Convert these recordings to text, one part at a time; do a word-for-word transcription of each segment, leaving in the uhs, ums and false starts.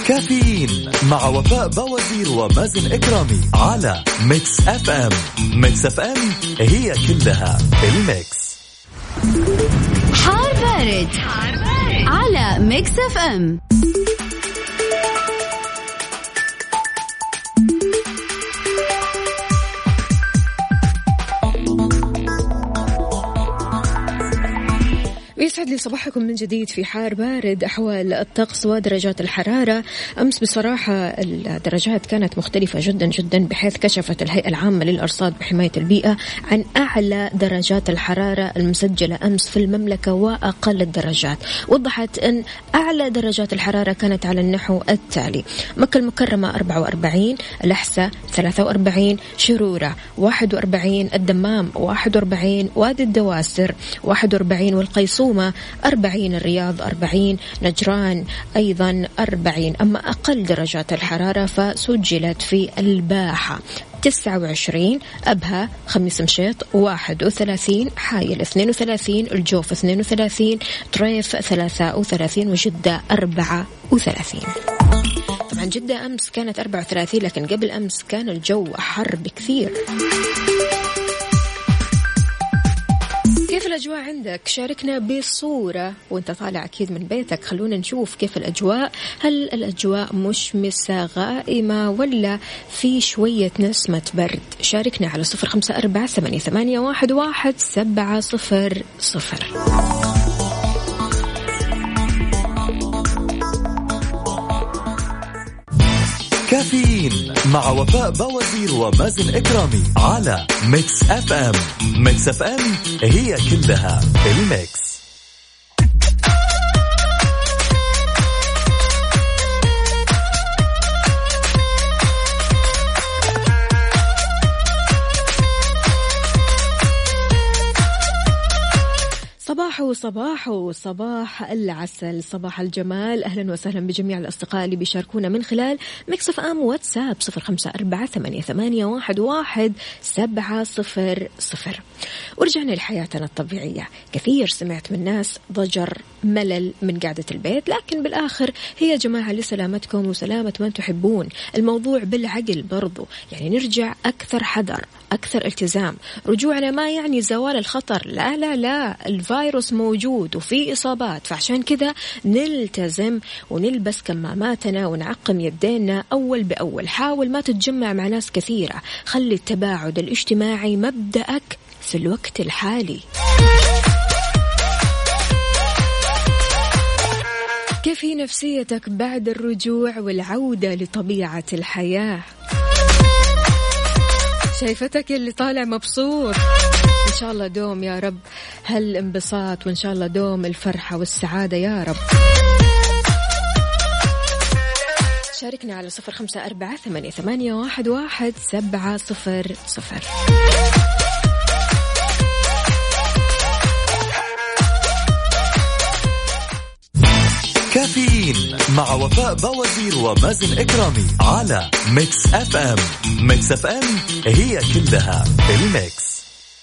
كافيين مع وفاء بوازير ومازن إكرامي على ميكس اف ام. ميكس اف ام هي كلها الميكس. حار بارد, حار بارد على ميكس اف ام. يسعد لي صباحكم من جديد في حار بارد. أحوال الطقس ودرجات الحرارة. أمس بصراحة الدرجات كانت مختلفة جدا جدا، بحيث كشفت الهيئة العامة للأرصاد بحماية البيئة عن أعلى درجات الحرارة المسجلة أمس في المملكة وأقل الدرجات. وضحت أن أعلى درجات الحرارة كانت على النحو التالي: مكة المكرمة أربعة وأربعين، الأحساء ثلاثة وأربعين، شرورة واحد وأربعين، الدمام واحد وأربعين، وادي الدواسر واحد وأربعين، والقيصومة أربعين، الرياض أربعين، نجران أيضا أربعين. أما أقل درجات الحرارة فسجلت في الباحة تسعة وعشرين، أبها خميس مشيط واحد وثلاثين، حايل اثنين وثلاثين، الجوف اثنين وثلاثين، طريف ثلاثة وثلاثين، وجدة أربعة وثلاثين. طبعا جدة أمس كانت أربعة وثلاثين، لكن قبل أمس كان الجو حر بكثير. كيف الأجواء عندك؟ شاركنا بصورة وانت طالع أكيد من بيتك، خلونا نشوف كيف الأجواء. هل الأجواء مشمسة غائمة ولا في شوية نسمة برد؟ شاركنا على صفر خمسة أربعة ثمانية ثمانية واحد واحد سبعة صفر صفر. كافيين مع وفاء بوازير ومازن إكرامي على ميكس اف ام. ميكس اف ام هي كلها الميكس. صباح صباح صباح العسل، صباح الجمال. أهلا وسهلا بجميع الأصدقاء اللي بيشاركونا من خلال ميكس اف ام واتساب صفر خمسة أربعة ثمانية ثمانية واحد واحد سبعة صفر صفر. ورجعنا لحياتنا الطبيعية. كثير سمعت من ناس ضجر، ملل من قعدة البيت، لكن بالآخر هي يا جماعة لسلامتكم وسلامة من تحبون. الموضوع بالعقل برضو، يعني نرجع أكثر حذر، أكثر التزام. رجوعنا ما يعني زوال الخطر، لا لا لا، الفيروس موجود وفي إصابات، فعشان كذا نلتزم ونلبس كماماتنا ونعقم يدينا أول بأول. حاول ما تتجمع مع ناس كثيرة، خلي التباعد الاجتماعي مبدأك في الوقت الحالي. كيف هي نفسيتك بعد الرجوع والعودة لطبيعة الحياة؟ شايفتك اللي طالع مبسوط، إن شاء الله دوم يا رب هالانبساط، وإن شاء الله دوم الفرحة والسعادة يا رب. شاركنا على صفر خمسة أربعة ثمانية ثمانية واحد واحد سبعة صفر صفر. كافيين مع وفاء بوازير ومازن إكرامي على ميكس اف ام. ميكس اف ام هي كلها الميكس.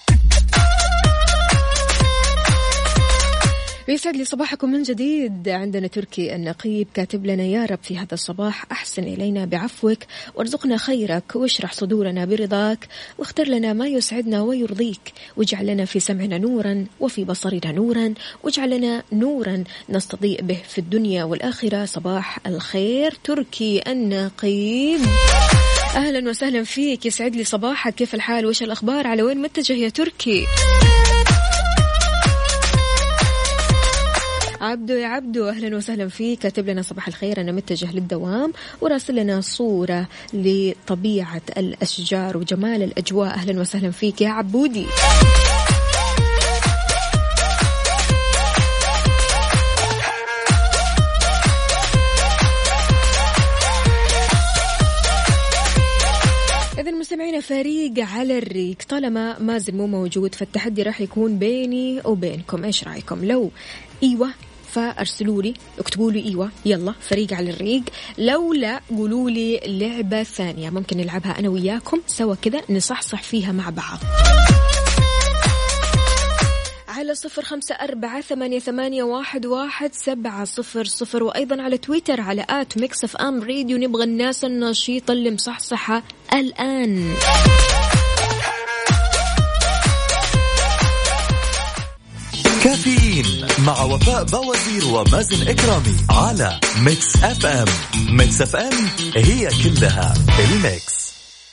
يسعد لي صباحكم من جديد. عندنا تركي النقيب كاتب لنا: يا رب في هذا الصباح أحسن إلينا بعفوك، وارزقنا خيرك، واشرح صدورنا برضاك، واختر لنا ما يسعدنا ويرضيك، واجعل لنا في سمعنا نورا وفي بصرنا نورا، واجعل لنا نورا نستضيء به في الدنيا والآخرة. صباح الخير تركي النقيب، أهلا وسهلا فيك، يسعد لي صباحك. كيف الحال وإيش الأخبار؟ على وين متجه يا تركي؟ عبدو يا عبدو أهلا وسهلا فيك، كاتب لنا صباح الخير أنا متجه للدوام، وراسل لنا صورة لطبيعة الأشجار وجمال الأجواء. أهلا وسهلا فيك يا عبودي. إذا مستمعين فريق على الريق، طالما مازن مو موجود فالتحدي راح يكون بيني وبينكم. إيش رأيكم؟ لو إيوه فأرسلوا لي، اكتبوا لي إيوه يلا فريق على الريق، لو لا قولوا لي لعبة ثانية ممكن نلعبها أنا وياكم سوا كذا، نصحصح فيها مع بعض. على صفر خمسة أربعة ثمانية ثمانية واحد واحد سبعة صفر صفر، وأيضا على تويتر على آت ميكس أف أم راديو. نبغى الناس النشيطة اللي مصحصحة الآن. كافيين مع وفاء بوازير ومازن إكرامي على ميكس أف أم. ميكس أف أم هي كلها الميكس.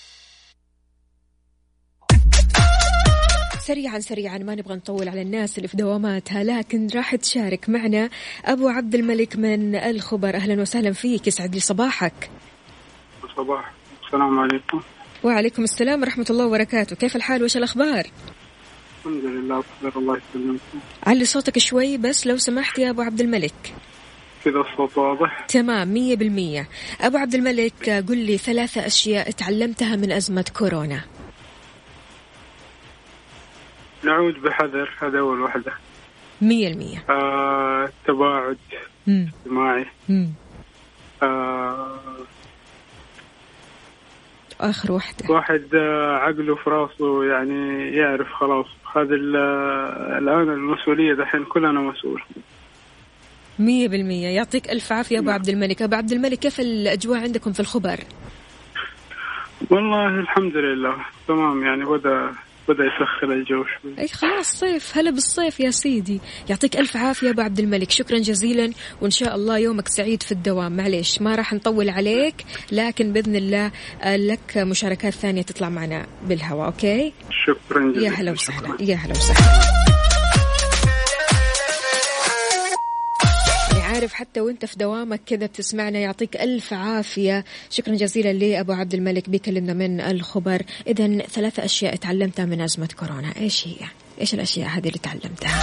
سريعا سريعا ما نبغى نطول على الناس اللي في دواماتها، لكن راح تشارك معنا أبو عبد الملك من الخبر. أهلا وسهلا فيك، يسعد لي صباحك. صباح السلام عليكم. وعليكم السلام ورحمة الله وبركاته. كيف الحال وش الأخبار؟ الحمد لله بخير الله يسلمك. علي صوتك شوي بس لو سمحت يا أبو عبد الملك. كذا الصوت واضح؟ تمام مية بالمية. أبو عبد الملك قل لي ثلاثة أشياء تعلمتها من أزمة كورونا. نعود بحذر، هذا أول واحدة. مية المية. آه، التباعد اجتماعي. آه، آخر واحدة. واحد آه عقله في راسه يعني يعرف خلاص هذا الآن المسؤولية دحين كلنا مسؤول. مية بالمية. يعطيك ألف عافية أبو عبد الملك. أبو عبد الملك كيف الأجواء عندكم في الخبر؟ والله الحمد لله تمام، يعني بدأ بدأ يسخن الجو شوي. أي خلاص صيف، هلا بالصيف يا سيدي. يعطيك ألف عافية أبو عبد الملك، شكرا جزيلا، وإن شاء الله يومك سعيد في الدوام. معليش ما راح نطول عليك، لكن بإذن الله لك مشاركات ثانية تطلع معنا بالهواء. أوكي شكرا جزيلا. يا هلا وسهلا. يا هلا وسهلا. عارف حتى وانت في دوامك كذا بتسمعنا، يعطيك ألف عافية. شكرا جزيلا لأبو عبد الملك بيكلمنا من الخبر. إذن ثلاثة أشياء تعلمتها من أزمة كورونا، إيش هي؟ إيش الأشياء هذه اللي تعلمتها؟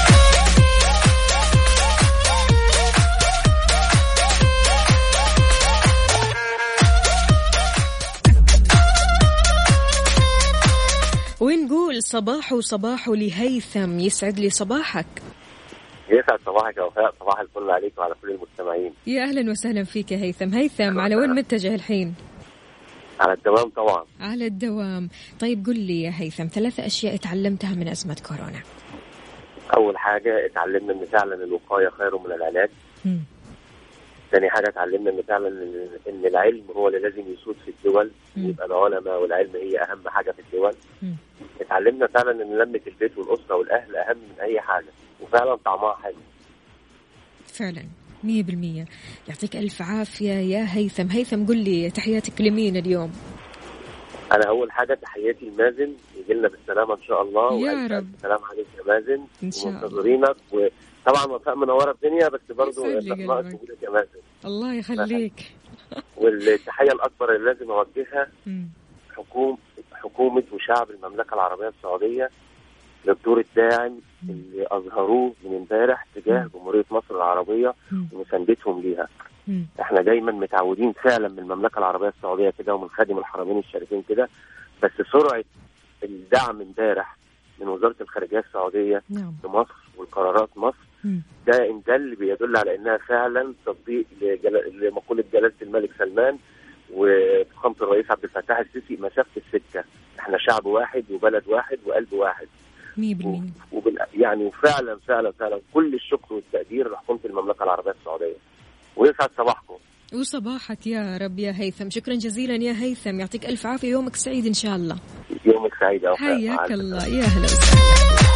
ونقول صباح وصباح لهيثم. يسعد لي صباحك. يسعد صباحك يا وفاء، صباح الفل عليك وعلى كل المستمعين. يا أهلا وسهلا فيك يا هيثم. هيثم على وين متجه الحين؟ على الدوام طبعا. على الدوام. طيب قل لي يا هيثم ثلاثة أشياء تعلمتها من أزمة كورونا. أول حاجة اتعلمنا إن فعلا الوقاية خير من العلاج. م. ثاني حاجة اتعلمنا إن فعلا إن العلم هو اللي لازم يسود في الدول، يبقى العلماء والعلم هي أهم حاجة في الدول. م. اتعلمنا فعلا إن لمة البيت والأسرة والأهل أهم من أي حاجة، وفعلا طعمها حلو. فعلا مية بالمية. يعطيك ألف عافية يا هيثم. هيثم قل لي تحياتك لمين اليوم؟ أنا أول حاجة تحياتي لمازن، يجيلنا بالسلامة إن شاء الله. يا رب. السلام عليك يا مازن، إن شاء الله. ومنتظرينك. وطبعا وفاء منورة الدنيا، بس برضو ناقص وجودك يا مازن. الله يخليك. والتحية الأكبر اللي لازم أوجهها حكومة حكومة وشعب المملكة العربية السعودية للدور الداعم اللي أظهروه من امبارح تجاه جمهورية مصر العربية ومساندتهم ليها. احنا دايما متعودين فعلا من المملكة العربية السعودية كده ومن خادم الحرمين الشريفين كده، بس سرعة الدعم امبارح من وزارة الخارجية السعودية لمصر والقرارات مصر ده إن ده اللي بيدل على إنها فعلا تطبيق لمقولة جلالة الملك سلمان وفخامة الرئيس عبد الفتاح السيسي، مسافة السكة. احنا شعب واحد وبلد واحد وقلب واحد. وبال... يعني وفعلا فعلا فعلا كل الشكر والتقدير لحكومة المملكة العربية السعودية. ويسعد صباحكم. وصباحك يا رب يا هيثم. شكرا جزيلا يا هيثم، يعطيك ألف عافية، يومك سعيد إن شاء الله. يومك سعيد يا وفاء. حياك الله. يا هلا وسهلا.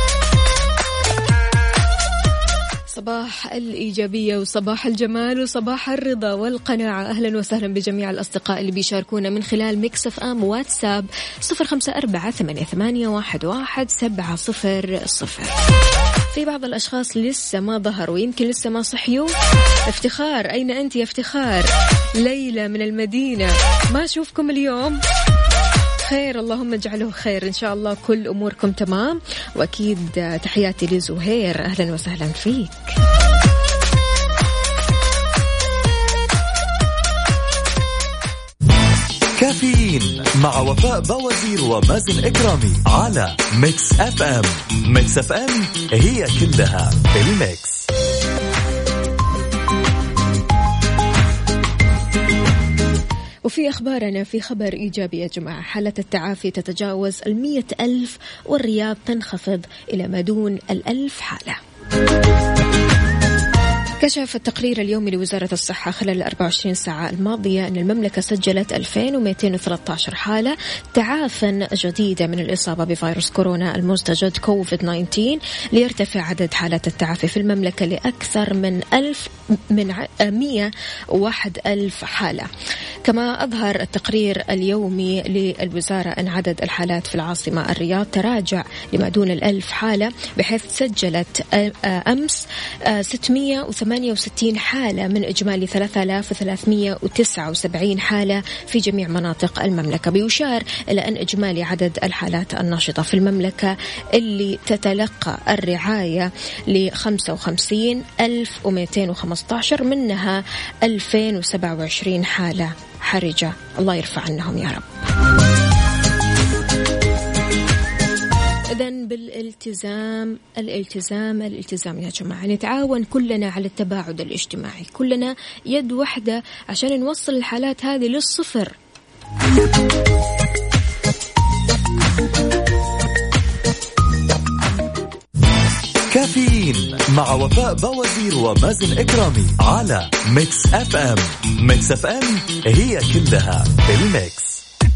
صباح الإيجابية وصباح الجمال وصباح الرضا والقناعة. أهلا وسهلا بجميع الأصدقاء اللي بيشاركونا من خلال ميكس أف أم واتساب صفر خمسة أربعة ثمانية ثمانية واحد واحد سبعة صفر صفر. في بعض الأشخاص لسه ما ظهروا، يمكن لسه ما صحيوا. افتخار، أين أنت يا افتخار؟ ليلى من المدينة، ما أشوفكم اليوم. خير، اللهم اجعله خير إن شاء الله، كل أموركم تمام. وأكيد تحياتي لزهير، أهلا وسهلا فيك. كافيين مع وفاء بوازير ومازن إكرامي على ميكس أف أم. ميكس أف أم هي كلها الميكس. وفي أخبارنا في خبر إيجابي يا جماعة، حالة التعافي تتجاوز المية ألف والرياض تنخفض إلى ما دون الألف حالة. كشف التقرير اليومي لوزارة الصحة خلال الأربع وعشرين ساعة الماضية أن المملكة سجلت ألفين ومئتين وثلاثة عشر حالة تعافى جديدة من الإصابة بفيروس كورونا المزدوج كوفيد تسعة عشر، ليرتفع عدد حالات التعافي في المملكة لأكثر من ألف من مئة وواحد ألف حالة. كما أظهر التقرير اليومي للوزارة أن عدد الحالات في العاصمة الرياض تراجع لما دون الألف حالة، بحيث سجلت أمس ستمئة وثمانية وستين حالة من إجمالي ثلاثة آلاف وثلاثمئة وتسعة وسبعين حالة في جميع مناطق المملكة. بيشار إلى أن إجمالي عدد الحالات الناشطة في المملكة اللي تتلقى الرعاية لخمسة وخمسين ألف ومئتين وخمسة عشر، منها ألفين وسبعة وعشرين حالة حرجة، الله يرفع عنهم يا رب. إذن بالالتزام الالتزام الالتزام يا جماعة، نتعاون كلنا على التباعد الاجتماعي، كلنا يد واحدة عشان نوصل الحالات هذه للصفر. كافيين مع وفاء بوازير ومازن إكرامي على ميكس أف أم. ميكس أف أم هي كلها الميكس.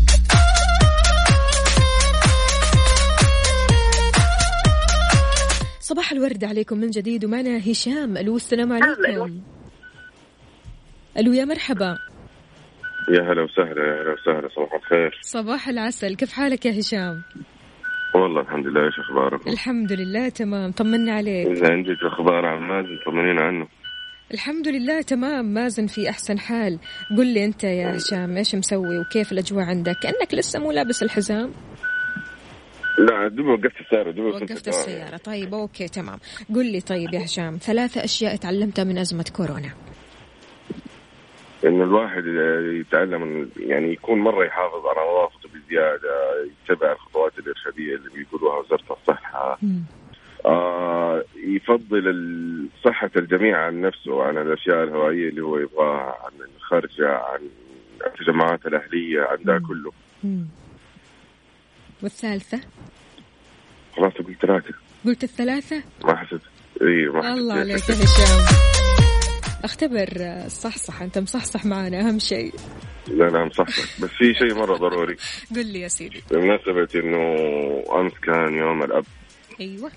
صباح الورد عليكم من جديد، ومعنا هشام. ألو السلام عليكم. ألو يا مرحبا. يا هلا وسهلا. يا هلا وسهلا، صباح الخير. صباح العسل، كيف حالك يا هشام؟ والله الحمد لله، ايش اخبارك؟ الحمد لله تمام، طمنا عليك. اذا عندك اخبار عن مازن طمنينا عنه. الحمد لله تمام، مازن في احسن حال. قل لي انت يا هشام، ايش مسوي وكيف الاجواء عندك؟ كأنك لسه مو لابس الحزام. لا دوب وقفت السيارة. دوب وقفت السيارة. طيب اوكي تمام. قل لي طيب يا هشام، ثلاثة اشياء تعلمتها من ازمة كورونا. إن الواحد يتعلم يعني يكون مرة يحافظ على نظافته بزيادة، يتبع الخطوات الإرشادية اللي بيقولوها وزارة الصحة. آه يفضل صحة الجميع عن نفسه، عن الأشياء الهوائية اللي هو يبغاها، عن الخارجة، عن التجمعات الأهلية، عن ده كله. مم. والثالثة؟ خلاص قلت ثلاثة. قلت الثلاثة؟ ما حسيت. إيه ما حسيت. الله عليك يا هشام. اختبر الصحصح، انت مصحصح معنا اهم شيء. لا لا مصحصح، بس في شيء مرة ضروري. قل لي يا سيدي. بمناسبة انه امس كان يوم الاب. ايوه.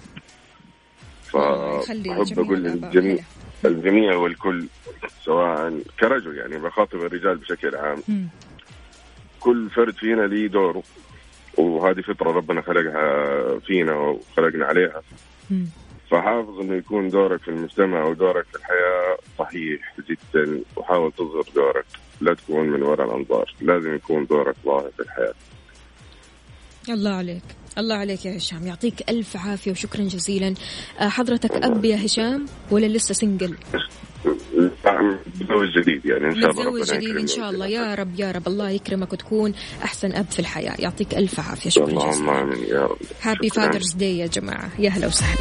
فأحب اقول للجميع الجميع والكل، سواء كرجل يعني بخاطب الرجال بشكل عام، م. كل فرد فينا ليه دوره، وهذه فطرة ربنا خلقها فينا وخلقنا عليها. م. فحافظ انه يكون دورك في المجتمع ودورك في الحياة صحيح جدا، وحاول تظهر دورك، لا تكون من وراء الانظار، لازم يكون دورك ظاهر في الحياة. الله عليك، الله عليك يا هشام، يعطيك ألف عافية وشكرا جزيلا. حضرتك أب يا هشام ولا لسه سنجل؟ متزوج جديد يعني إن شاء الله. متزوج جديد إن شاء الله، يا رب يا رب الله يكرمك وتكون أحسن أب في الحياة. يعطيك ألف عافية، شكرا جزيلا. اللهم آمين يا رب. هابي فادرز داي يا جماعة، يا هلا وسهلا.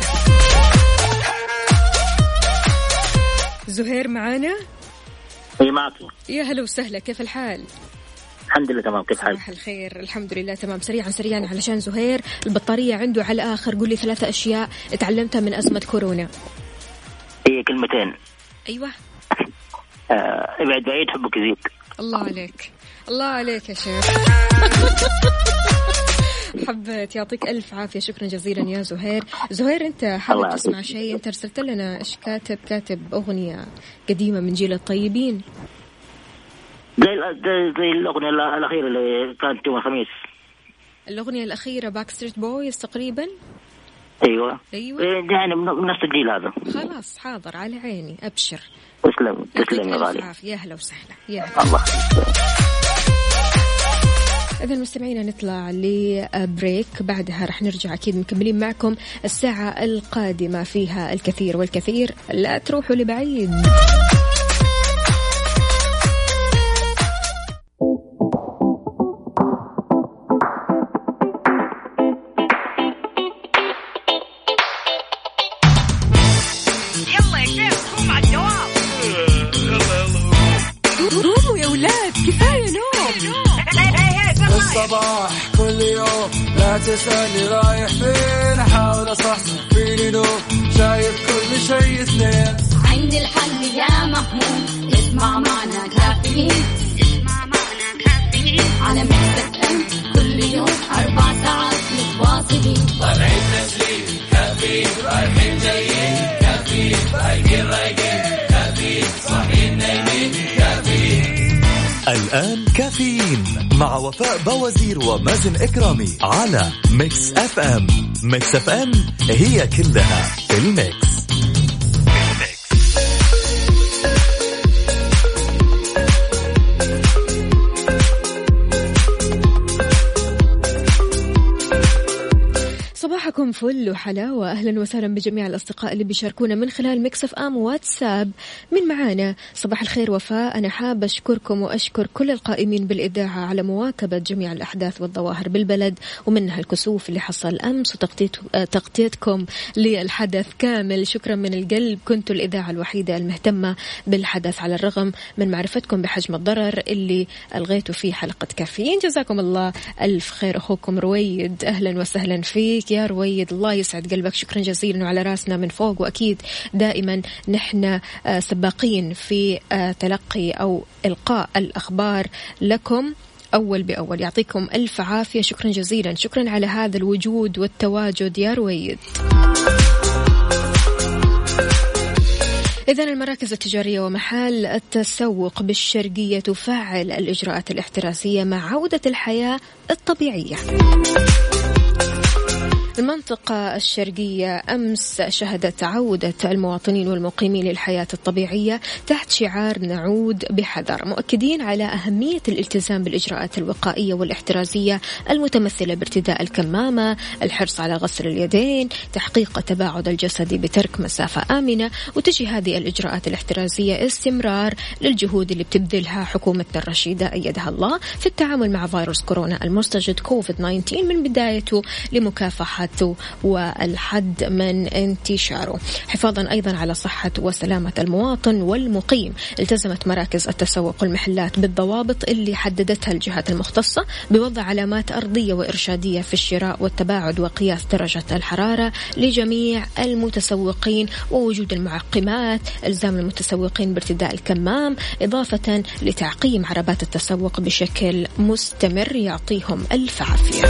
زهير معانا؟ اي معكم. يا هلا وسهلا، كيف الحال؟ الحمد لله تمام، كيف حالك؟ صباح الخير، الحمد لله تمام. سريعا سريعا علشان زهير البطارية عنده على الآخر، قولي ثلاثة أشياء تعلمتها من أزمة كورونا. هي كلمتين. أيوة. آه، ابعد بعيد حبك يزيد. الله عليك، الله عليك يا شيخ. حبيت، يعطيك ألف عافية، شكرا جزيلا يا زهير. زهير أنت حابب تسمع شيء؟ أنت رسلت لنا إيش كاتب؟ كاتب أغنية قديمة من جيل الطيبين، زي زي الأغنية الأخيرة اللي كانت يوم الخميس. الأغنية الأخيرة باك ستريت بويز تقريبا. أيوة أيوة يعني من نفس الجيل هذا. خلاص حاضر، على عيني، أبشر. تسلم تسلم يا غالي. يا هلا وسهلا. يا هلا. الله. إذا مستمعينا نطلع لبريك، بعدها رح نرجع أكيد مكملين معكم الساعة القادمة فيها الكثير والكثير، لا تروحوا لبعيد. قوموا يا ولاد كفاية نوم. الصباح كل يوم لا تسألني رايح فين أحاول أصحصح فيني نوم شايف كل شيء اثنين عندي الحل يا محمود اسمع معنا كافيين اسمع معنا كافيين على ميكس اف ام كل يوم أربع ساعات متواصلين طالعين تسليم كافيين رايحين جايين كافيين رايقين رايقين كافيين صاحيين نايمين كافيين. الآن كافيين مع وفاء بوازير ومازن إكرامي على ميكس اف ام. ميكس اف ام هي كلها الميكس. صباحكم فل وحلاوة. أهلا وسهلا بجميع الأصدقاء اللي بيشاركونا من خلال ميكس اف ام واتساب. من معانا صباح الخير وفاء. أنا حابة أشكركم وأشكر كل القائمين بالإذاعة على مواكبة جميع الأحداث والظواهر بالبلد ومنها الكسوف اللي حصل أمس وتغطيتكم للحدث كامل. شكرا من القلب. كنتوا الإذاعة الوحيدة المهتمة بالحدث على الرغم من معرفتكم بحجم الضرر اللي ألغيتوا فيه حلقة كافيين. جزاكم الله ألف خير. أخوكم رويد أهلا وسهلا فيك يا رويد. الله يسعد قلبك. شكرا جزيلا وعلى راسنا من فوق. وأكيد دائما نحن سباقين في تلقي أو إلقاء الأخبار لكم أول بأول. يعطيكم ألف عافية. شكرا جزيلا. شكرا على هذا الوجود والتواجد يا رويد. إذن المراكز التجارية ومحال التسوق بالشرقية تفعل الإجراءات الاحترازية مع عودة الحياة الطبيعية. المنطقة الشرقية أمس شهدت عودة المواطنين والمقيمين للحياة الطبيعية تحت شعار نعود بحذر، مؤكدين على أهمية الالتزام بالإجراءات الوقائية والاحترازية المتمثلة بارتداء الكمامة، الحرص على غسل اليدين، تحقيق التباعد الجسدي بترك مسافة آمنة. وتجي هذه الإجراءات الاحترازية استمرار للجهود اللي بتبذلها حكومتنا الرشيدة أيدها الله في التعامل مع فيروس كورونا المستجد كوفيد تسعة عشر من بدايته لمكافحة والحد من انتشاره. حفاظا أيضا على صحة وسلامة المواطن والمقيم، التزمت مراكز التسوق والمحلات بالضوابط اللي حددتها الجهات المختصة بوضع علامات أرضية وإرشادية في الشراء والتباعد وقياس درجة الحرارة لجميع المتسوقين ووجود المعقمات، إلزام المتسوقين بارتداء الكمام، إضافة لتعقيم عربات التسوق بشكل مستمر. يعطيهم ألف عافية.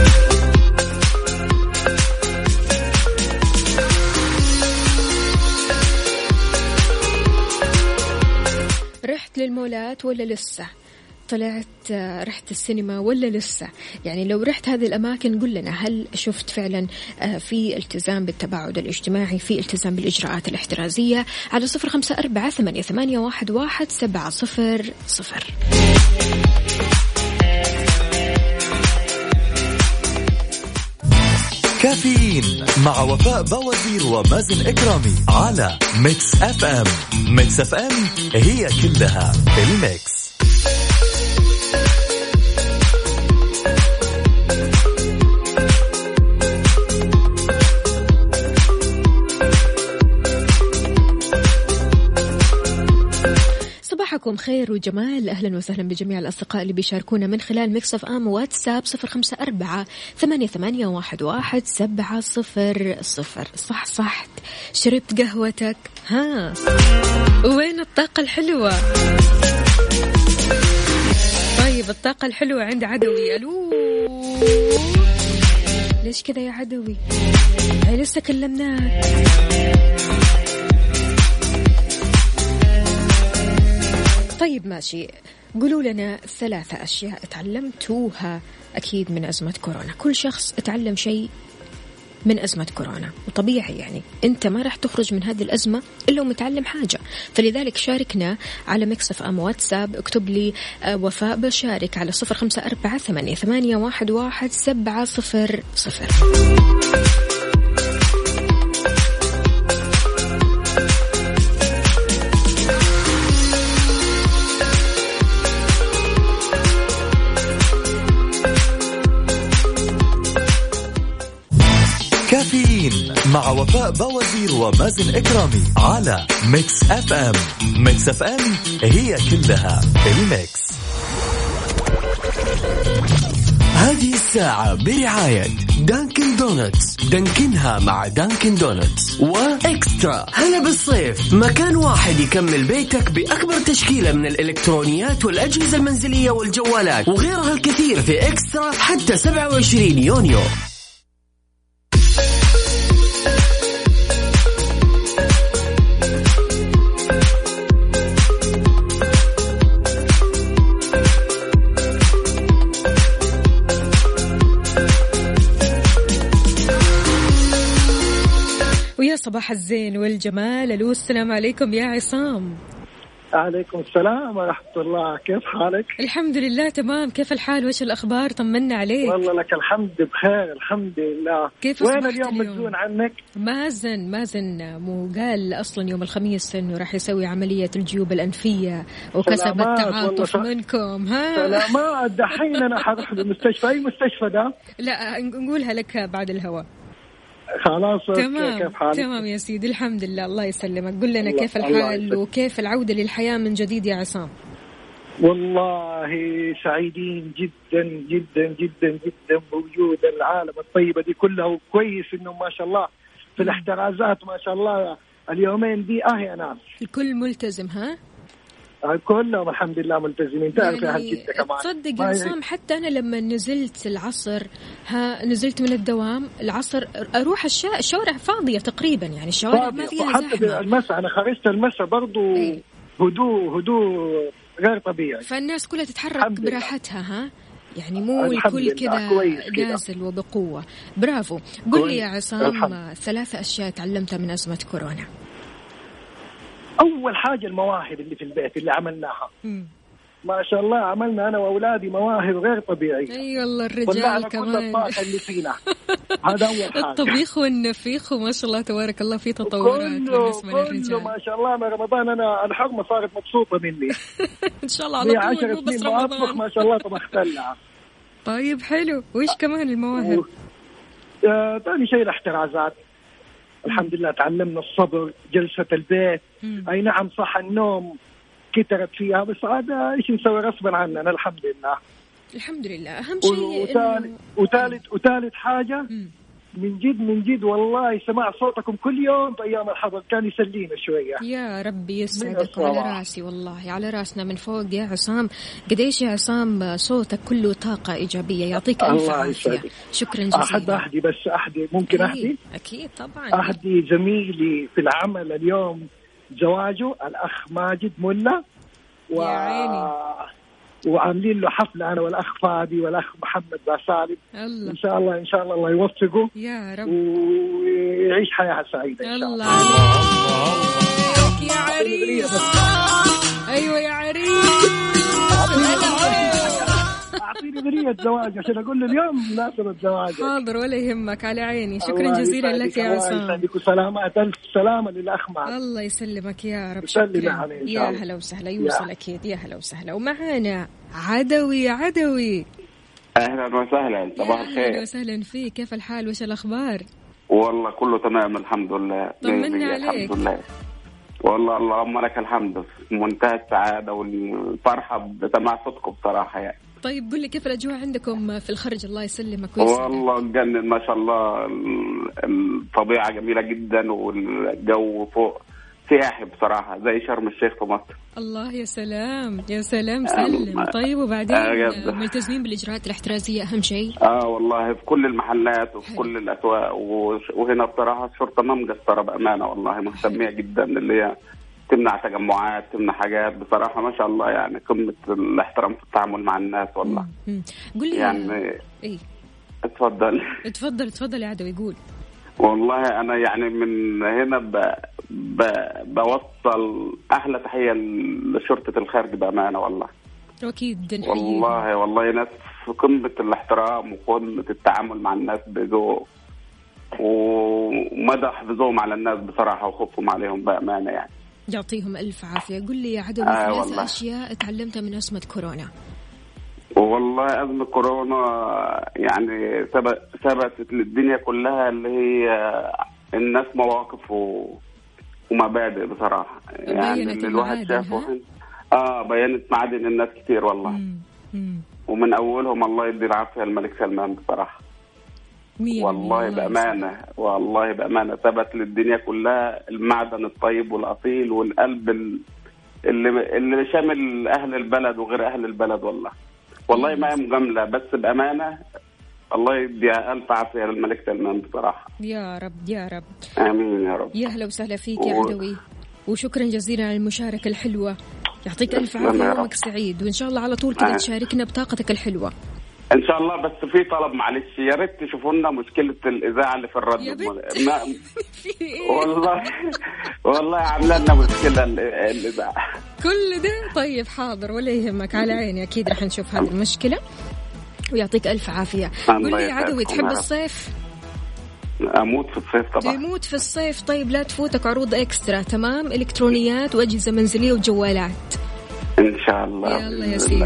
رحت للمولات ولا لسه؟ طلعت رحت السينما ولا لسه؟ يعني لو رحت هذه الأماكن قل لنا، هل شفت فعلا في التزام بالتباعد الاجتماعي، في التزام بالإجراءات الاحترازية؟ على صفر خمسة أربعة ثمانية ثمانية واحد واحد سبعة صفر صفر. كافيين مع وفاء بوازير ومازن إكرامي على ميكس اف ام. ميكس اف ام هي كلها الميكس. صباحكم خير وجمال. أهلا وسهلا بجميع الأصدقاء اللي بيشاركونا من خلال ميكس اف ام واتساب صفر خمسة أربعة ثمانية ثمانية واحد واحد سبعة صفر صفر. صح صح شربت قهوتك؟ ها وين الطاقة الحلوة؟ طيب الطاقة الحلوة عند عدوي. ألو ليش كذا يا عدوي؟ هاي لسه كلمناك. طيب ماشي، قولوا لنا ثلاثة أشياء تعلمتوها أكيد من أزمة كورونا. كل شخص اتعلم شيء من أزمة كورونا، وطبيعي يعني أنت ما راح تخرج من هذه الأزمة إلا ومتعلم حاجة. فلذلك شاركنا على ميكس اف ام واتساب، اكتب لي وفاء بشارك على صفر خمسة أربعة ثمانية ثمانية واحد واحد سبعة صفر صفر. كافيين مع وفاء بوازير ومازن إكرامي على ميكس اف ام. ميكس اف ام هي كلها الميكس. هذه الساعة برعاية دانكن دونتس، دانكنها مع دانكن دونتس، وإكسترا. هلا بالصيف، مكان واحد يكمل بيتك بأكبر تشكيلة من الإلكترونيات والأجهزة المنزلية والجوالات وغيرها الكثير في إكسترا حتى سبعة وعشرين يونيو. ويا صباح الزين والجمال. ألو السلام عليكم يا عصام. عليكم السلام ورحمة الله، كيف حالك؟ الحمد لله تمام، كيف الحال وش الأخبار؟ طمنا عليك. والله لك الحمد بخير الحمد لله. كيف وين اليوم مجنون عنك؟ مازن مازن مو قال أصلا يوم الخميس إنه راح يسوي عملية الجيوب الأنفية وكسب التعاطف منكم. ها سلامات، دحين أنا حروح بالمستشفى. أي مستشفى ده؟ لا نقولها لك بعد الهواء. خلاص تمام. كيف حالك؟ تمام يا سيدي الحمد لله الله يسلمك. قل لنا كيف الحال وكيف العودة للحياة من جديد يا عصام؟ والله سعيدين جدا جدا جدا جدا بوجود العالم الطيبة دي كلها، وكويس انه ما شاء الله في الاحترازات ما شاء الله اليومين دي اهي ناس الكل ملتزم. ها كلهم الحمد لله ملتزمين. تعرف يا يعني جدة كمان تصدق يا عصام حتى أنا لما نزلت العصر ها نزلت من الدوام العصر أروح الشا... الشوارع فاضية تقريبا، يعني الشوارع ما فيها زحمة. حتى المساء أنا خرجت المساء برضو ايه؟ هدوء هدوء غير طبيعي، فالناس كلها تتحرك براحتها. ها يعني مو الكل كذا نازل وبقوة. برافو. قل لي يا عصام ثلاثة أشياء تعلمتها من أزمة كورونا. أول حاجة المواهب اللي في البيت اللي عملناها. م. ما شاء الله عملنا أنا وأولادي مواهب غير طبيعية. أي والله الرجال كمان الطاقة اللي فينا. هذا أول حاجة. الطبيخ والنفيخ وما شاء الله تبارك الله في تطورات بالنسبة للرجال. ما شاء الله ما رمضان أنا الحرمة صارت مبسوطة مني. إن شاء الله على طول عشر سنين ما أطبخ ما شاء الله طبخت لها. طيب حلو. وإيش كمان المواهب؟ آه ثاني شيء الاحترازات. الحمد لله تعلمنا الصبر، جلسة البيت. مم. أي نعم صح النوم كترت فيها بس هذا إيش نسوي غصبا عننا. الحمد لله الحمد لله. أهم شيء وثالث إنه... وثالث وثالث حاجة مم. من جد من جد والله سماع صوتكم كل يوم في أيام الحظر كان يسلينا شوية. يا ربي يسعدك على راسي والله على راسنا من فوق يا عصام. قديش يا عصام صوتك كله طاقة إيجابية، يعطيك ألف عافية. شكرا جزيلا. أحد أحدي بس أحدي ممكن أحدي أكيد طبعا. أحدي زميلي في العمل اليوم زواجه الأخ ماجد ملا و... يا عيني. وعاملين له حفلة أنا والأخ فادي والأخ محمد باسالم. إن شاء الله إن شاء الله الله يوفقه يا رب ويعيش حياة سعيدة إن شاء الله. الله الله يا عريس. أيوة يا عريس. أعطيني برية زواج عشان أقول له اليوم مناسبة زواج. حاضر ولا يهمك على عيني. شكرا جزيلا لك يا عصام. الله يسعدك وسلامات ألف سلامة للأخ معك. الله يسلمك يا رب. شكرا يا هلا وسهلا. يوصل أكيد. يا هلا وسهلا. ومعانا عدوي. عدوي أهلا وسهلا. صباح الخير. أهلا وسهلا فيك. كيف الحال وش الأخبار؟ والله كله تمام الحمد لله. طمنا عليك. الحمد لله والله اللهم لك الحمد. منتهى السعادة والفرحة بسماع صوتكم بصراحة يعني. طيب قل لي كيف الأجواء عندكم في الخرج؟ الله يسلمك ويسلمك. والله جنن ما شاء الله. الطبيعة جميلة جدا والجو فوق سياحي بصراحة زي شرم الشيخ في مصر. الله يا سلام يا سلام سلم. طيب وبعدين ملتزمين بالإجراءات الاحترازية أهم شيء؟ آه والله في كل المحلات وفي كل الأسواق وهنا بصراحة الشرطة ما مقصرة بأمانة والله مهتمية جدا اللي هي تمنع تجمعات تمنع حاجات بصراحة ما شاء الله يعني قمة الاحترام في التعامل مع الناس والله. قل لي يعني إيه؟ اتفضل اتفضل اتفضل يا عدوي قول. والله أنا يعني من هنا ب... ب... بوصل أحلى تحية لشرطة الخارج بأمانة والله. أكيد والله والله ناس في قمة الاحترام وقمة التعامل مع الناس بذوق ومدى حفظهم على الناس بصراحة وخوفهم عليهم بأمانة يعني. يعطيهم ألف عافية. قل لي يا عدوي آه ثلاث أشياء تعلمتها من أزمة كورونا. والله أزمة كورونا يعني ثبتت للدنيا كلها اللي هي الناس مواقف و... ومبادئ بصراحة يعني اللي الواحد شافه اه بينت معادن الناس كتير والله. مم. مم. ومن اولهم الله يدي العافيه الملك سلمان بصراحه. والله بامانه والله بامانه ثبت للدنيا كلها المعدن الطيب والاصيل والقلب اللي اللي شامل اهل البلد وغير اهل البلد. والله والله ما هي مجامله، بس بامانه الله يدي الف عافيه للملك سلمان بصراحه. يا رب يا رب امين يا رب. يا هلا وسهلا فيك يا عدوي، وشكرا جزيلا على المشاركه الحلوه. يعطيك الف عافيه، يومك سعيد، وان شاء الله على طول كذا تشاركنا بطاقتك الحلوه ان شاء الله. بس في طلب معلش، يا ريت تشوفوا لنا مشكله الاذاعه اللي في الراديو. ما... والله والله عامله لنا مشكله الاذاعه كل ده. طيب حاضر ولا يهمك، على عيني، اكيد راح نشوف هذه المشكله ويعطيك الف عافيه. قول لي عدوي، تحب الصيف؟ اموت في الصيف طبعا. تموت في الصيف. طيب لا تفوتك عروض اكسترا، تمام؟ الكترونيات واجهزه منزليه وجوالات ان شاء الله. يلا يا سيدي.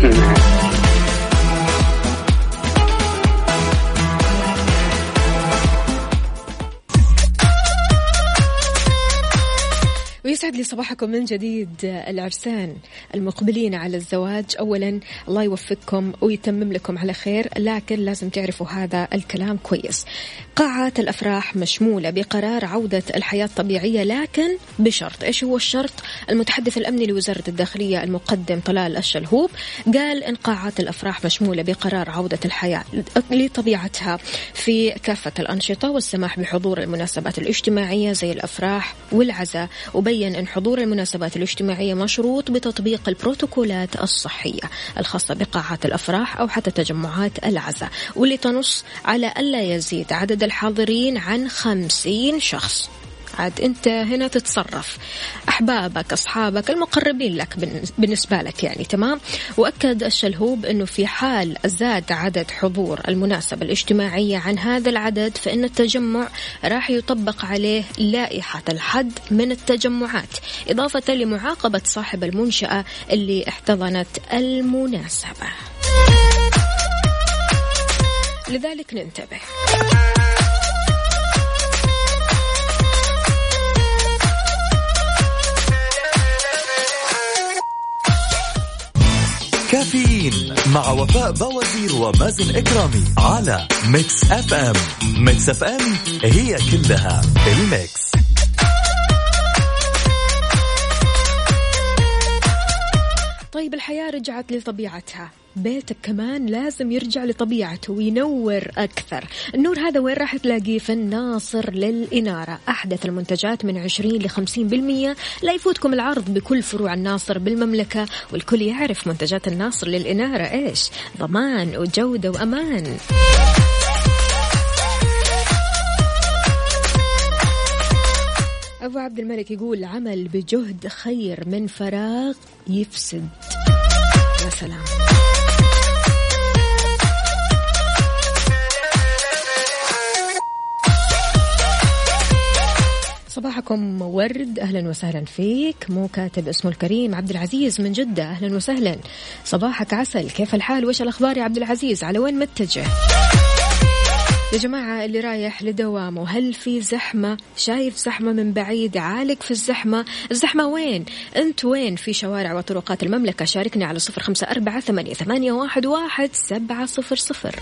ويسعد لي صباحكم من جديد العرسان المقبلين على الزواج. أولا الله يوفقكم ويتمم لكم على خير، لكن لازم تعرفوا هذا الكلام كويس. قاعات الأفراح مشمولة بقرار عودة الحياة الطبيعية، لكن بشرط. إيش هو الشرط؟ المتحدث الأمني لوزارة الداخلية المقدم طلال الشلهوب قال إن قاعات الأفراح مشمولة بقرار عودة الحياة لطبيعتها في كافة الأنشطة، والسماح بحضور المناسبات الاجتماعية زي الأفراح والعزاء، وبين أن حضور المناسبات الاجتماعية مشروط بتطبيق البروتوكولات الصحية الخاصة بقاعات الأفراح أو حتى تجمعات العزاء، واللي تنص على ألا يزيد عدد الحاضرين عن خمسين شخص. عاد أنت هنا تتصرف، أحبابك أصحابك المقربين لك بالنسبة لك يعني، تمام. وأكد الشلهوب أنه في حال زاد عدد حضور المناسبة الاجتماعية عن هذا العدد، فإن التجمع راح يطبق عليه لائحة الحد من التجمعات، إضافة لمعاقبة صاحب المنشأة اللي احتضنت المناسبة. لذلك ننتبه. كافيين مع وفاء بوازير ومازن إكرامي على ميكس اف ام. ميكس اف ام هي كلها الميكس. طيب الحياة رجعت لطبيعتها، بيتك كمان لازم يرجع لطبيعته وينور أكثر. النور هذا وين راح تلاقيه؟ في الناصر للإنارة، أحدث المنتجات من عشرين لخمسين بالمية. لا يفوتكم العرض بكل فروع الناصر بالمملكة، والكل يعرف منتجات الناصر للإنارة إيش؟ ضمان وجودة وأمان. أبو عبد الملك يقول عمل بجهد خير من فراغ يفسد. يا سلام. صباحكم ورد، أهلا وسهلا فيك. مو كاتب اسمه الكريم عبد العزيز من جدة، أهلا وسهلا. صباحك عسل، كيف الحال وإيش الأخبار يا عبد العزيز؟ على وين متجه يا جماعة؟ اللي رايح لدوامه، هل في زحمة؟ شايف زحمة من بعيد؟ عالق في الزحمة؟ الزحمة وين؟ أنت وين في شوارع وطرقات المملكة؟ شاركني على صفر خمسة أربعة ثمانية ثمانية واحد واحد سبعة صفر صفر.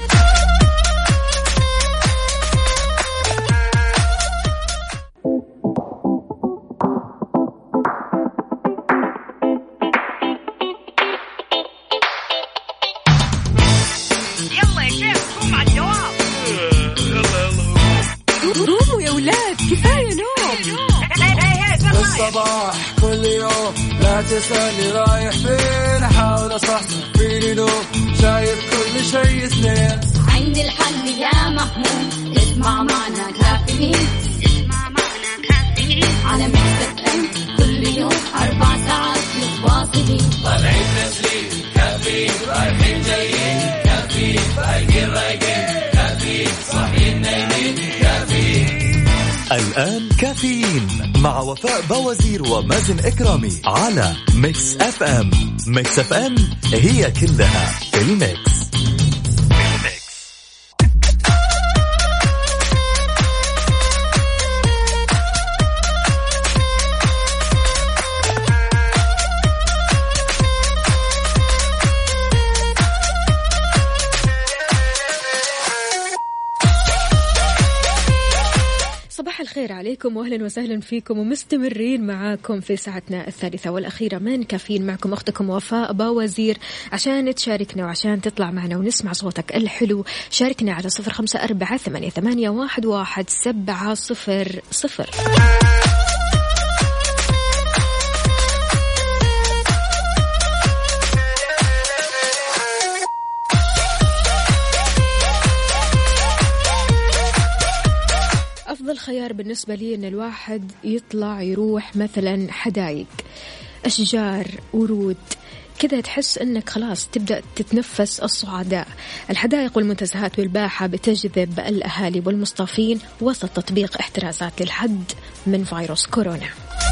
الصباح كل يوم لا تسألني رايح فين، أحاول أصحصح فيني نوم، شايف كل شيء سنين. عندي الحل يا محمود، اسمع معنا كافيين، اسمع معنا كافيين على ميكس اف ام، كل يوم أربع ساعات متواصلين. طالعين نازلين كافيين، رايحين جايين كافيين، رايقين رايقين كافيين، صاحيين نايمين كافيين. الآن كافيين مع وفاء بوازير ومازن إكرامي على ميكس اف ام. ميكس اف ام هي كلها الميكس. الخير عليكم وأهلا وسهلا فيكم ومستمرين معاكم في ساعتنا الثالثة والأخيرة من كافيين. معكم أختكم وفاء باوزير عشان تشاركنا وعشان تطلع معنا ونسمع صوتك الحلو. شاركنا على صفر خمسة أربعة ثمانية ثمانية واحد واحد سبعة صفر صفر. أفضل خيار بالنسبة لي أن الواحد يطلع يروح مثلا حدايق، أشجار، ورود كذا، تحس أنك خلاص تبدأ تتنفس الصعداء. الحدائق والمنتزهات والباحة بتجذب الأهالي والمصطافين وسط تطبيق احترازات للحد من فيروس كورونا.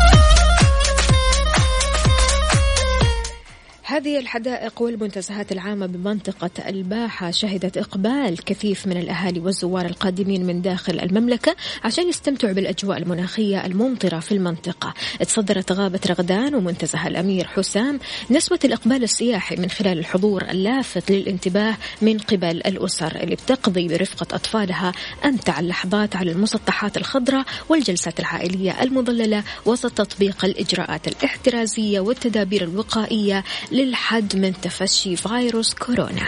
هذه الحدائق والمنتزهات العامة بمنطقة الباحة شهدت إقبال كثيف من الأهالي والزوار القادمين من داخل المملكة عشان يستمتعوا بالأجواء المناخية الممطرة في المنطقة. تصدرت غابة رغدان ومنتزه الأمير حسام نسوة الإقبال السياحي من خلال الحضور اللافت للانتباه من قبل الأسر اللي بتقضي برفقة أطفالها أمتع اللحظات على المسطحات الخضراء والجلسات العائلية المظللة وسط تطبيق الإجراءات الاحترازية والتدابير الوقائية للحد من تفشي فيروس كورونا.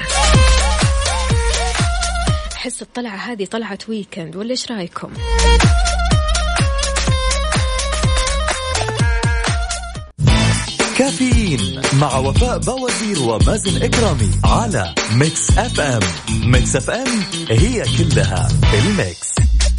أحس الطلعة هذه طلعة ويكند، ولا إيش رأيكم؟ كافيين مع وفاء باوزير ومازن إكرامي على ميكس أف أم. ميكس أف أم هي كلها الميكس.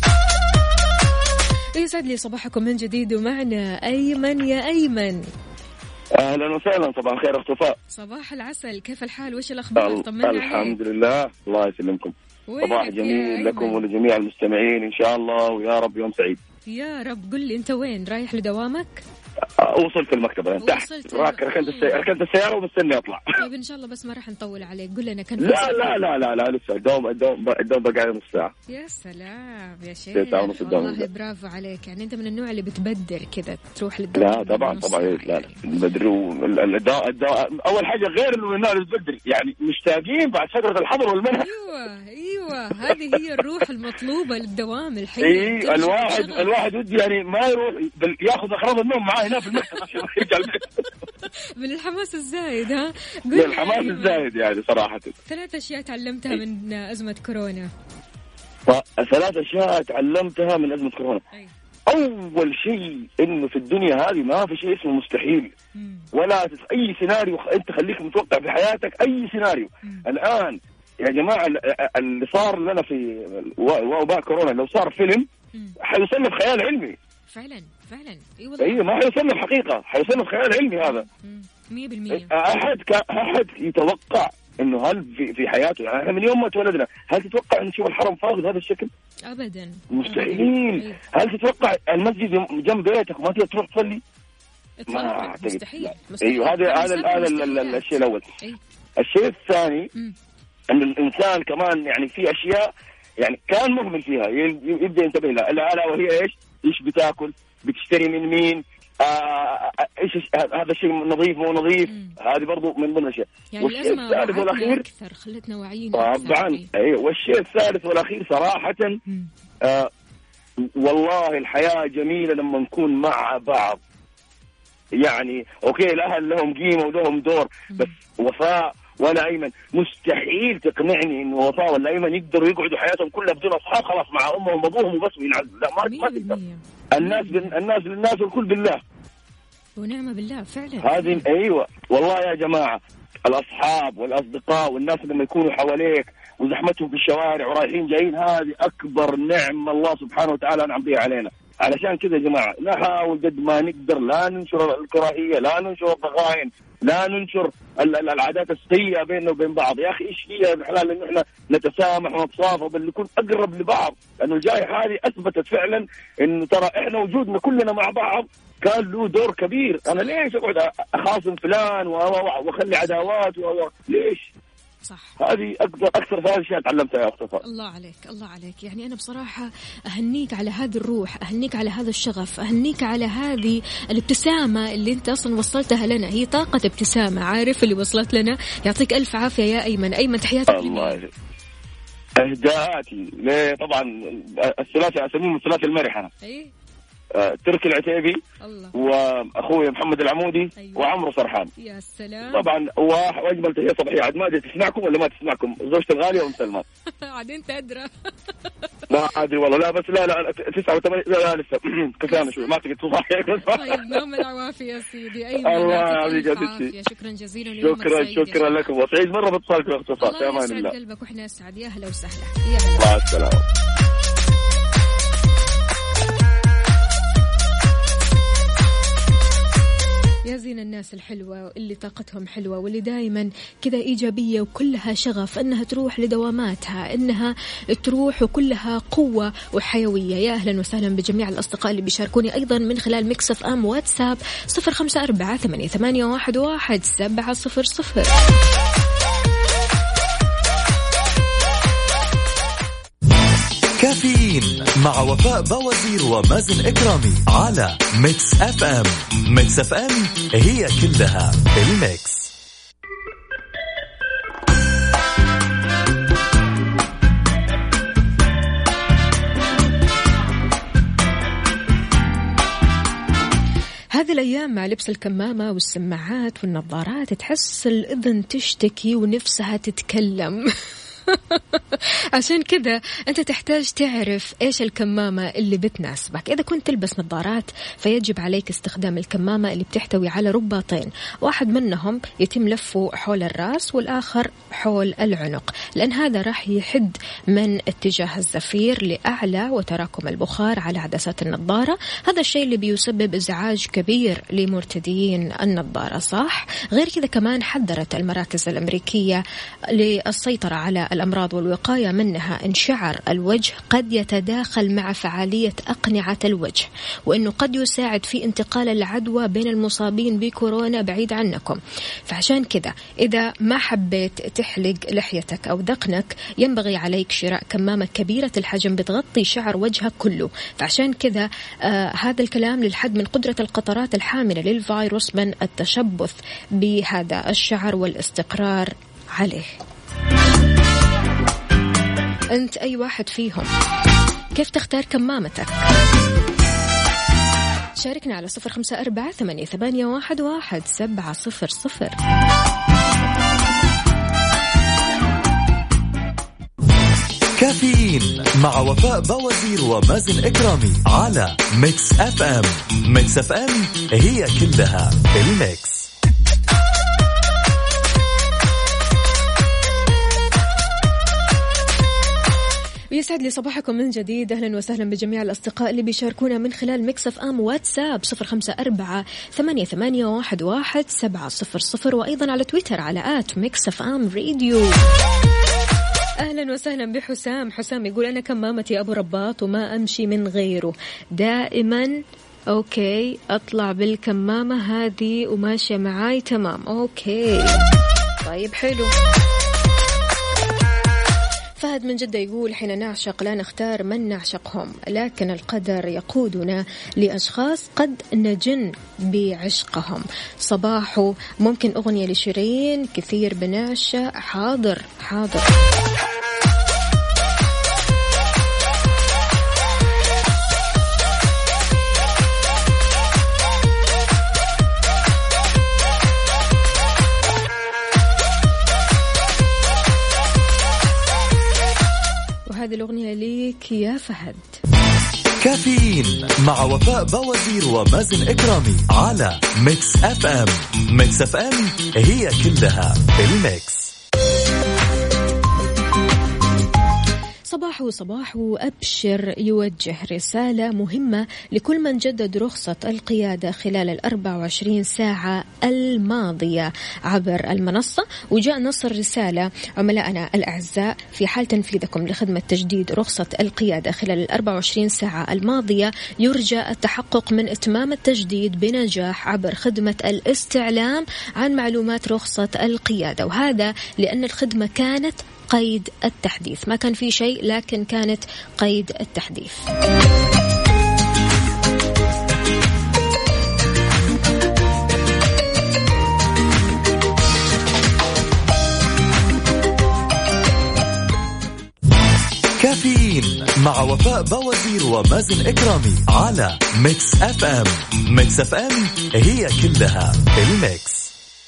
يسعد لي صباحكم من جديد ومعنا أيمن. يا أيمن اهلا وسهلا، صباح الخير اخت وفاء. صباح العسل، كيف الحال وش الاخبار؟ طمنا عليك. الحمد لله، الله يسلمكم. صباح جميل لكم ولجميع المستمعين ان شاء الله، ويا رب يوم سعيد. يا رب. قل لي انت وين رايح لدوامك؟ وصلت المكتبة تحت، ركنت السيارة ركنت السيارة ومستني أطلع. طيب إن شاء الله بس ما راح نطول عليك. قل لنا كان لا لا لا لا لا لسه الدوام الدوام الدوام بقى نص ساعة. يا سلام يا شيخ، والله برافو عليك. يعني أنت من النوع اللي بتبدر كذا تروح للدوام؟ لا طبعا طبعا لا لا بدري. الدوام الدوام أول حاجة غير إنه الناس بتبدري، يعني مشتاقين بعد فترة الحظر والمنح. أيوة أيوة هذه هي الروح المطلوبة للدوام الحين. إيه الواحد الواحد ودي يعني ما يروح ياخذ أغراض النوم معاه هنا في المكتب. من الحماس الزايد. ها من الحماس الزايد يعني صراحة. ثلاث أشياء تعلمتها من أزمة كورونا. ثلاث أشياء تعلمتها من أزمة كورونا. أي. أول شيء إنه في الدنيا هذه ما في شيء اسمه مستحيل. مم. ولا أي سيناريو أنت خليك متوقع في حياتك أي سيناريو. مم. الآن يا جماعة اللي صار لنا في وباء كورونا لو صار فيلم حيصنف خيال علمي. فعلا فعلا اي أيوة ما حيصنف حقيقه، حيصنف خيال علمي هذا مية بالمية. احد ك... احد يتوقع انه هل في في حياته يعني من يوم ما تولدنا هل تتوقع ان نشوف الحرم فاضي بهذا الشكل؟ ابدا مستحيل. أبداً. هل تتوقع المسجد جنب بيتك ما تقدر تروح تصلي؟ ما مستحيل. ايوه هذا هذا هذا الشيء الاول. أي. الشيء الثاني ان الانسان كمان يعني في اشياء يعني كان مهمل فيها يبدا ينتبه لها، الا وهي ايش؟ ايش بتاكل؟ بتشتري من مين؟ آه ايش هذا الشيء نظيف مو نظيف؟ هذه برضو من ضمن الاشياء. يعني والشيء الثالث والاخير اكثر خلتنا واعيين طبعا. ايوه والشيء الثالث والاخير صراحه آه والله الحياه جميله لما نكون مع بعض. يعني اوكي الاهل لهم قيمه ولهم دور، بس وفاء ولا أيمن مستحيل تقنعني إنه وفاء ولا أيمن يقدروا يقعدوا حياتهم كلها بدون أصحاب خلاص مع أمهم وأبوهم وبس وينعزلوا. لا ما ما تقدر. الناس بال... الناس للناس والكل بالله ونعم بالله فعلا. هذه أيوة والله يا جماعة الأصحاب والأصدقاء والناس لما يكونوا حواليك وزحمتهم في الشوارع ورايحين جايين هذه أكبر نعمة الله سبحانه وتعالى أنعم بها علينا. علشان كذا يا جماعة نحاول قد ما نقدر لا ننشر الكراهية، لا ننشر الضغائن، لا ننشر العادات السيئة بيننا وبين بعض. يا أخي إيش هي الحلال إنه إحنا نتسامح ونتصافى بل نكون أقرب لبعض، لأنه الجائحة هذه أثبتت فعلا إنه ترى إحنا وجودنا كلنا مع بعض كان له دور كبير. أنا ليش أقعد أخاصم فلان وأخلي عداوات و... ليش؟ صح. هذه أكثر أكثر ثلاث أشياء تعلمتها يا أخت. الله عليك الله عليك. يعني أنا بصراحة أهنيك على هذه الروح، أهنيك على هذا الشغف، أهنيك على هذه الابتسامة اللي أنت أصلا وصلتها لنا. هي طاقة ابتسامة، عارف اللي وصلت لنا. يعطيك ألف عافية يا أيمن. أيمن تحياتك. الله إهداءاتي طبعا الثلاثي أسميهم الثلاثي المرح أنا. آه، تركي العتيبي واخوي محمد العمودي. أيوة. وعمرو سرحان. يا سلام. طبعا واجمل تحيه صباحيه. عاد ما ادري تسمعكم ولا ما تسمعكم زوجتي الغاليه ام سلمان. عاد انت ادرى. ما ادري والله. لا بس لا لا تسعة وثمانية لا لا لسه كفانا شوي ما تقدر تصحيح. طيب نوم العوافي يا سيدي. ايوه الله يعافيك. شكرا جزيلا. شكرا شكرا لكم وسعيد مره باتصالك باختصار. في امان الله. قلبك واحنا اسعد. يا هلا وسهلا. يا هلا. مع السلامه. يا زين الناس الحلوة اللي طاقتهم حلوة واللي دايما كذا إيجابية وكلها شغف أنها تروح لدواماتها، أنها تروح وكلها قوة وحيوية. يا أهلا وسهلا بجميع الأصدقاء اللي بيشاركوني أيضا من خلال ميكس اف ام واتساب صفر خمسة أربعة ثمانية ثمانية واحد واحد سبعة صفر صفر. كافيين مع وفاء بوازير ومازن إكرامي على ميكس اف ام. ميكس اف ام هي كلها الميكس. هذه الأيام مع لبس الكمامة والسماعات والنظارات تحس الأذن تشتكي ونفسها تتكلم. عشان كذا أنت تحتاج تعرف إيش الكمامة اللي بتناسبك. إذا كنت تلبس نظارات فيجب عليك استخدام الكمامة اللي بتحتوي على رباطين، واحد منهم يتم لفه حول الرأس والآخر حول العنق، لأن هذا راح يحد من اتجاه الزفير لأعلى وتراكم البخار على عدسات النظارة. هذا الشيء اللي بيسبب إزعاج كبير لمرتديين النظارة. صح؟ غير كذا كمان حذرت المراكز الأمريكية للسيطرة على الأمراض والوقاية منها إن شعر الوجه قد يتداخل مع فعالية أقنعة الوجه، وإنه قد يساعد في انتقال العدوى بين المصابين بكورونا بعيد عنكم. فعشان كذا إذا ما حبيت تحلق لحيتك أو ذقنك ينبغي عليك شراء كمامة كبيرة الحجم بتغطي شعر وجهك كله. فعشان كذا آه هذا الكلام للحد من قدرة القطرات الحاملة للفيروس من التشبث بهذا الشعر والاستقرار عليه. أنت أي واحد فيهم؟ كيف تختار كمامتك؟ شاركنا على صفر خمسة أربعة ثمانية ثمانية واحد واحد سبعة صفر صفر. كافيين مع وفاء بوازير ومازن إكرامي على ميكس اف ام. ميكس اف ام هي كلها الميكس. ويسعد لي صباحكم من جديد. أهلا وسهلا بجميع الأصدقاء اللي بيشاركونا من خلال ميكس اف ام واتساب صفر خمسة أربعة ثمانية ثمانية واحد واحد سبعة صفر صفر، وأيضا على تويتر على آت ميكس اف ام راديو. أهلا وسهلا بحسام. حسام يقول أنا كمامتي أبو رباط وما أمشي من غيره دائما. أوكي أطلع بالكمامة هذه وماشية معاي تمام. أوكي طيب حلو. فهد من جدة يقول حين نعشق لا نختار من نعشقهم، لكن القدر يقودنا لأشخاص قد نجن بعشقهم. صباحه ممكن أغنية لشيرين كثير بنعشق. حاضر حاضر. هذه الأغنية ليك يا فهد. كافيين مع وفاء بوازير ومازن إكرامي على ميكس اف ام. ميكس اف ام هي كلها الميكس. صباح وصباح وأبشر يوجه رسالة مهمة لكل من جدد رخصة القيادة خلال الأربع وعشرين ساعة الماضية عبر المنصة. وجاء نص الرسالة: عملائنا الأعزاء، في حال تنفيذكم لخدمة تجديد رخصة القيادة خلال الأربع وعشرين ساعة الماضية يرجى التحقق من إتمام التجديد بنجاح عبر خدمة الاستعلام عن معلومات رخصة القيادة، وهذا لأن الخدمة كانت قيد التحديث، ما كان في شيء لكن كانت قيد التحديث. كافيين مع وفاء بوازير ومازن إكرامي على ميكس اف ام. ميكس اف ام هي كلها الميكس.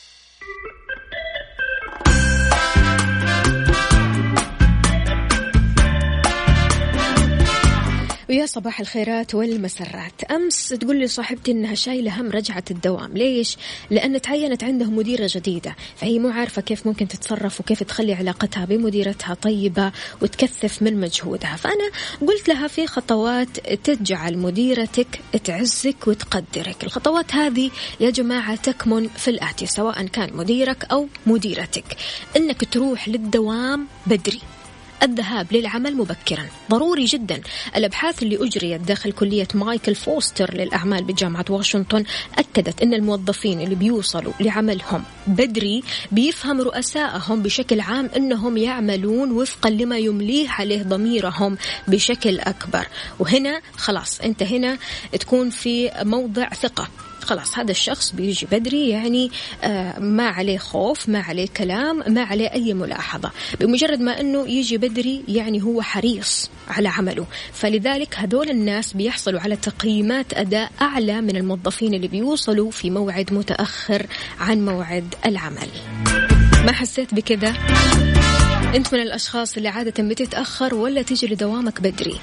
ويا صباح الخيرات والمسرات. أمس تقول لي صاحبتي إنها شايلة هم رجعة الدوام. ليش؟ لأن تعينت عنده مديرة جديدة، فهي مو عارفة كيف ممكن تتصرف وكيف تخلي علاقتها بمديرتها طيبة وتكثف من مجهودها. فأنا قلت لها في خطوات تجعل مديرتك تعزك وتقدرك. الخطوات هذه يا جماعة تكمن في الآتي، سواء كان مديرك أو مديرتك: إنك تروح للدوام بدري، الذهاب للعمل مبكرا ضروري جدا. الأبحاث اللي أجريت داخل كلية مايكل فوستر للأعمال بجامعة واشنطن أكدت أن الموظفين اللي بيوصلوا لعملهم بدري بيفهم رؤسائهم بشكل عام أنهم يعملون وفقا لما يمليه عليه ضميرهم بشكل أكبر. وهنا خلاص أنت هنا تكون في موضع ثقة. خلاص هذا الشخص بيجي بدري، يعني آه ما عليه خوف، ما عليه كلام، ما عليه أي ملاحظة. بمجرد ما أنه يجي بدري يعني هو حريص على عمله. فلذلك هذول الناس بيحصلوا على تقييمات أداء أعلى من الموظفين اللي بيوصلوا في موعد متأخر عن موعد العمل. ما حسيت بكذا؟ أنت من الأشخاص اللي عادة بتتأخر ولا تيجي لدوامك بدري؟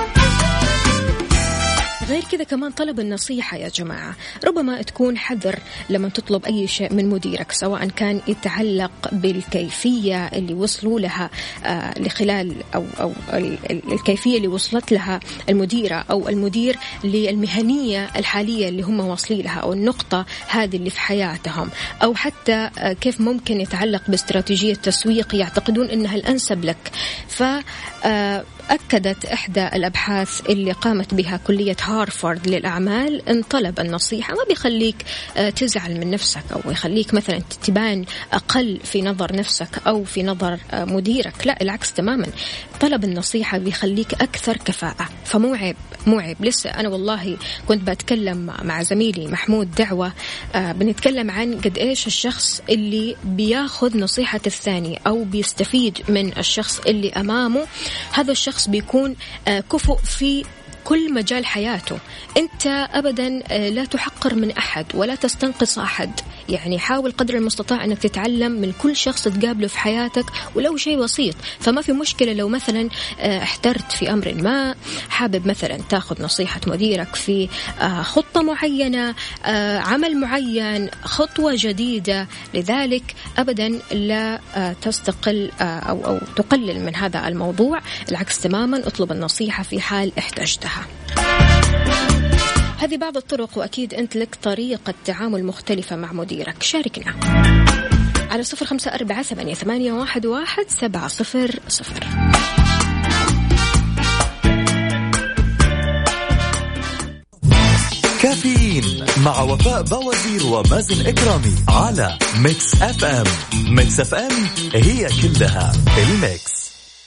غير كذا كمان طلب النصيحة يا جماعة، ربما تكون حذر لما تطلب أي شيء من مديرك، سواء كان يتعلق بالكيفية اللي وصلوا لها آه لخلال أو, أو الكيفية اللي وصلت لها المديرة أو المدير للمهنية الحالية اللي هم واصلين لها، أو النقطة هذه اللي في حياتهم، أو حتى آه كيف ممكن يتعلق باستراتيجية تسويق يعتقدون أنها الأنسب لك. ف آه أكدت إحدى الأبحاث اللي قامت بها كلية هارفارد للأعمال إن طلب النصيحة ما بيخليك تزعل من نفسك أو يخليك مثلا تبان أقل في نظر نفسك أو في نظر مديرك. لا، العكس تماما. طلب النصيحة بيخليك أكثر كفاءة. فمو عيب، مو عيب. لسه أنا والله كنت بتكلم مع زميلي محمود دعوة، بنتكلم عن قد إيش الشخص اللي بياخذ نصيحة الثاني أو بيستفيد من الشخص اللي أمامه، هذا الشخص بيكون كفؤ في كل مجال حياته. أنت أبدا لا تحقر من أحد ولا تستنقص أحد، يعني حاول قدر المستطاع أنك تتعلم من كل شخص تقابله في حياتك ولو شيء بسيط. فما في مشكلة لو مثلا احترت في أمر ما، حابب مثلا تاخذ نصيحة مديرك في خطة معينة، عمل معين، خطوة جديدة، لذلك أبدا لا تستقل أو, أو تقلل من هذا الموضوع. العكس تماما، اطلب النصيحة في حال احتجتها. هذه بعض الطرق، وأكيد أنت لك طريقة تعامل مختلفة مع مديرك. شاركنا على صفر خمسة أربعة ثمانية ثمانية واحد واحد سبعة صفر صفر. كافيين مع وفاء بوازير ومازن إكرامي على ميكس اف ام. ميكس اف ام هي كلها الميكس.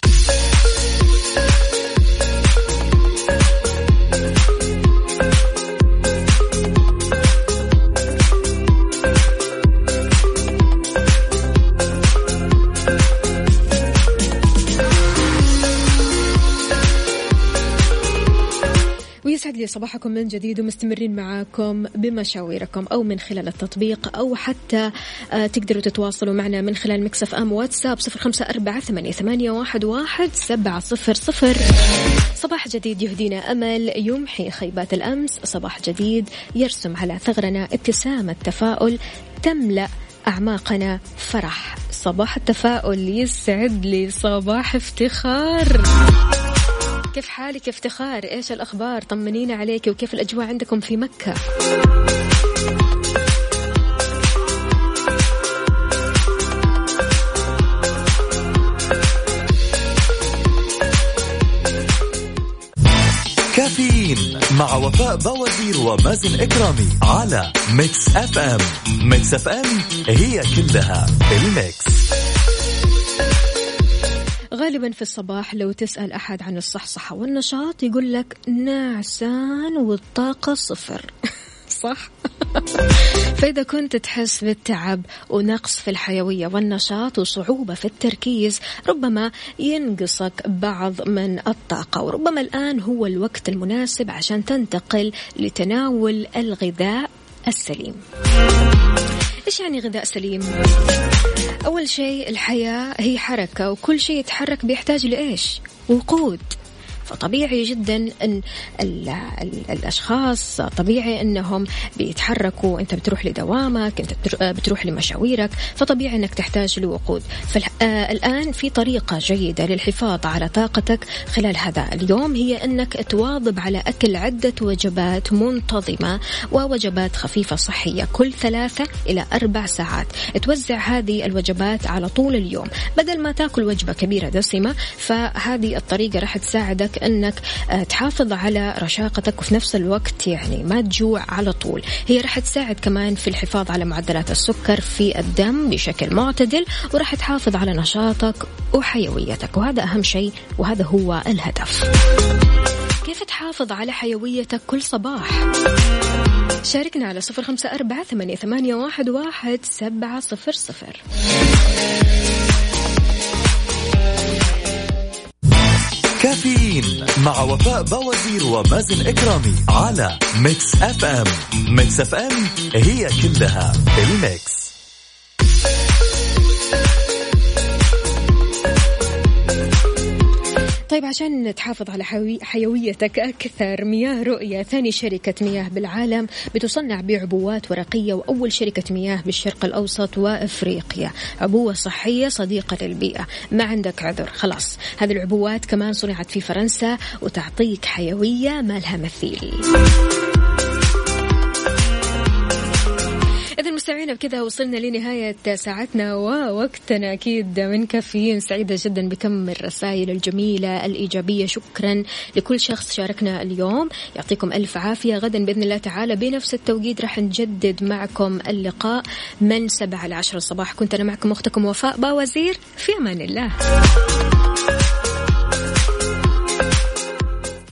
يسعد لي صباحكم من جديد، ومستمرين معاكم بمشاويركم أو من خلال التطبيق، أو حتى تقدروا تتواصلوا معنا من خلال ميكس اف ام واتساب صفر خمسة أربعة ثمانية ثمانية واحد واحد سبعة صفر صفر. صباح جديد يهدينا أمل، يمحي خيبات الأمس، صباح جديد يرسم على ثغرنا ابتسامة تفاؤل تملأ أعماقنا فرح. صباح التفاؤل يسعد لي، صباح افتخار. كيف حالك افتخار؟ ايش الأخبار؟ طمنينا عليك، وكيف الأجواء عندكم في مكة؟ كافيين مع وفاء بوازير ومازن إكرامي على ميكس اف ام. ميكس اف ام هي كلها الميكس. غالبا في الصباح لو تسأل أحد عن الصحصحة والنشاط يقول لك نعسان والطاقة صفر. صح؟ فإذا كنت تحس بالتعب ونقص في الحيوية والنشاط وصعوبة في التركيز، ربما ينقصك بعض من الطاقة، وربما الآن هو الوقت المناسب عشان تنتقل لتناول الغذاء السليم. إيش يعني غذاء سليم؟ أول شيء الحياة هي حركة، وكل شيء يتحرك بيحتاج لإيش؟ وقود. فطبيعي جدا أن ال ال الأشخاص طبيعي أنهم بيتحركوا، أنت بتروح لدوامك، أنت بتروح لمشاويرك، فطبيعي أنك تحتاج لوقود. فالآن في طريقة جيدة للحفاظ على طاقتك خلال هذا اليوم، هي أنك تواظب على أكل عدة وجبات منتظمة ووجبات خفيفة صحية كل ثلاثة إلى أربع ساعات. توزع هذه الوجبات على طول اليوم بدل ما تاكل وجبة كبيرة دسمة. فهذه الطريقة راح تساعدك أنك تحافظ على رشاقتك وفي نفس الوقت يعني ما تجوع على طول. هي راح تساعد كمان في الحفاظ على معدلات السكر في الدم بشكل معتدل، وراح تحافظ على نشاطك وحيويتك، وهذا أهم شيء وهذا هو الهدف. كيف تحافظ على حيويتك كل صباح؟ شاركنا على صفر خمسة أربعة ثمانية ثمانية واحد واحد سبعة صفر صفر. كافيين مع وفاء بوازير ومازن إكرامي على ميكس أف أم. ميكس أف أم هي كلها الميكس. طيب عشان تحافظ على حيويتك أكثر، مياه رؤية ثاني شركة مياه بالعالم بتصنع بعبوات ورقية، وأول شركة مياه بالشرق الأوسط وأفريقيا. عبوة صحية صديقة للبيئة، ما عندك عذر خلاص. هذه العبوات كمان صنعت في فرنسا وتعطيك حيوية ما لها مثيل. إذا مستمعينا بكذا وصلنا لنهاية ساعتنا ووقتنا أكيد من كافيين. سعيدة جدا بكم الرسائل الجميلة الإيجابية. شكرا لكل شخص شاركنا اليوم، يعطيكم ألف عافية. غدا بإذن الله تعالى بنفس التوقيت راح نجدد معكم اللقاء من سبعة لعشرة الصباح. كنت أنا معكم أختكم وفاء باوزير، في أمان الله.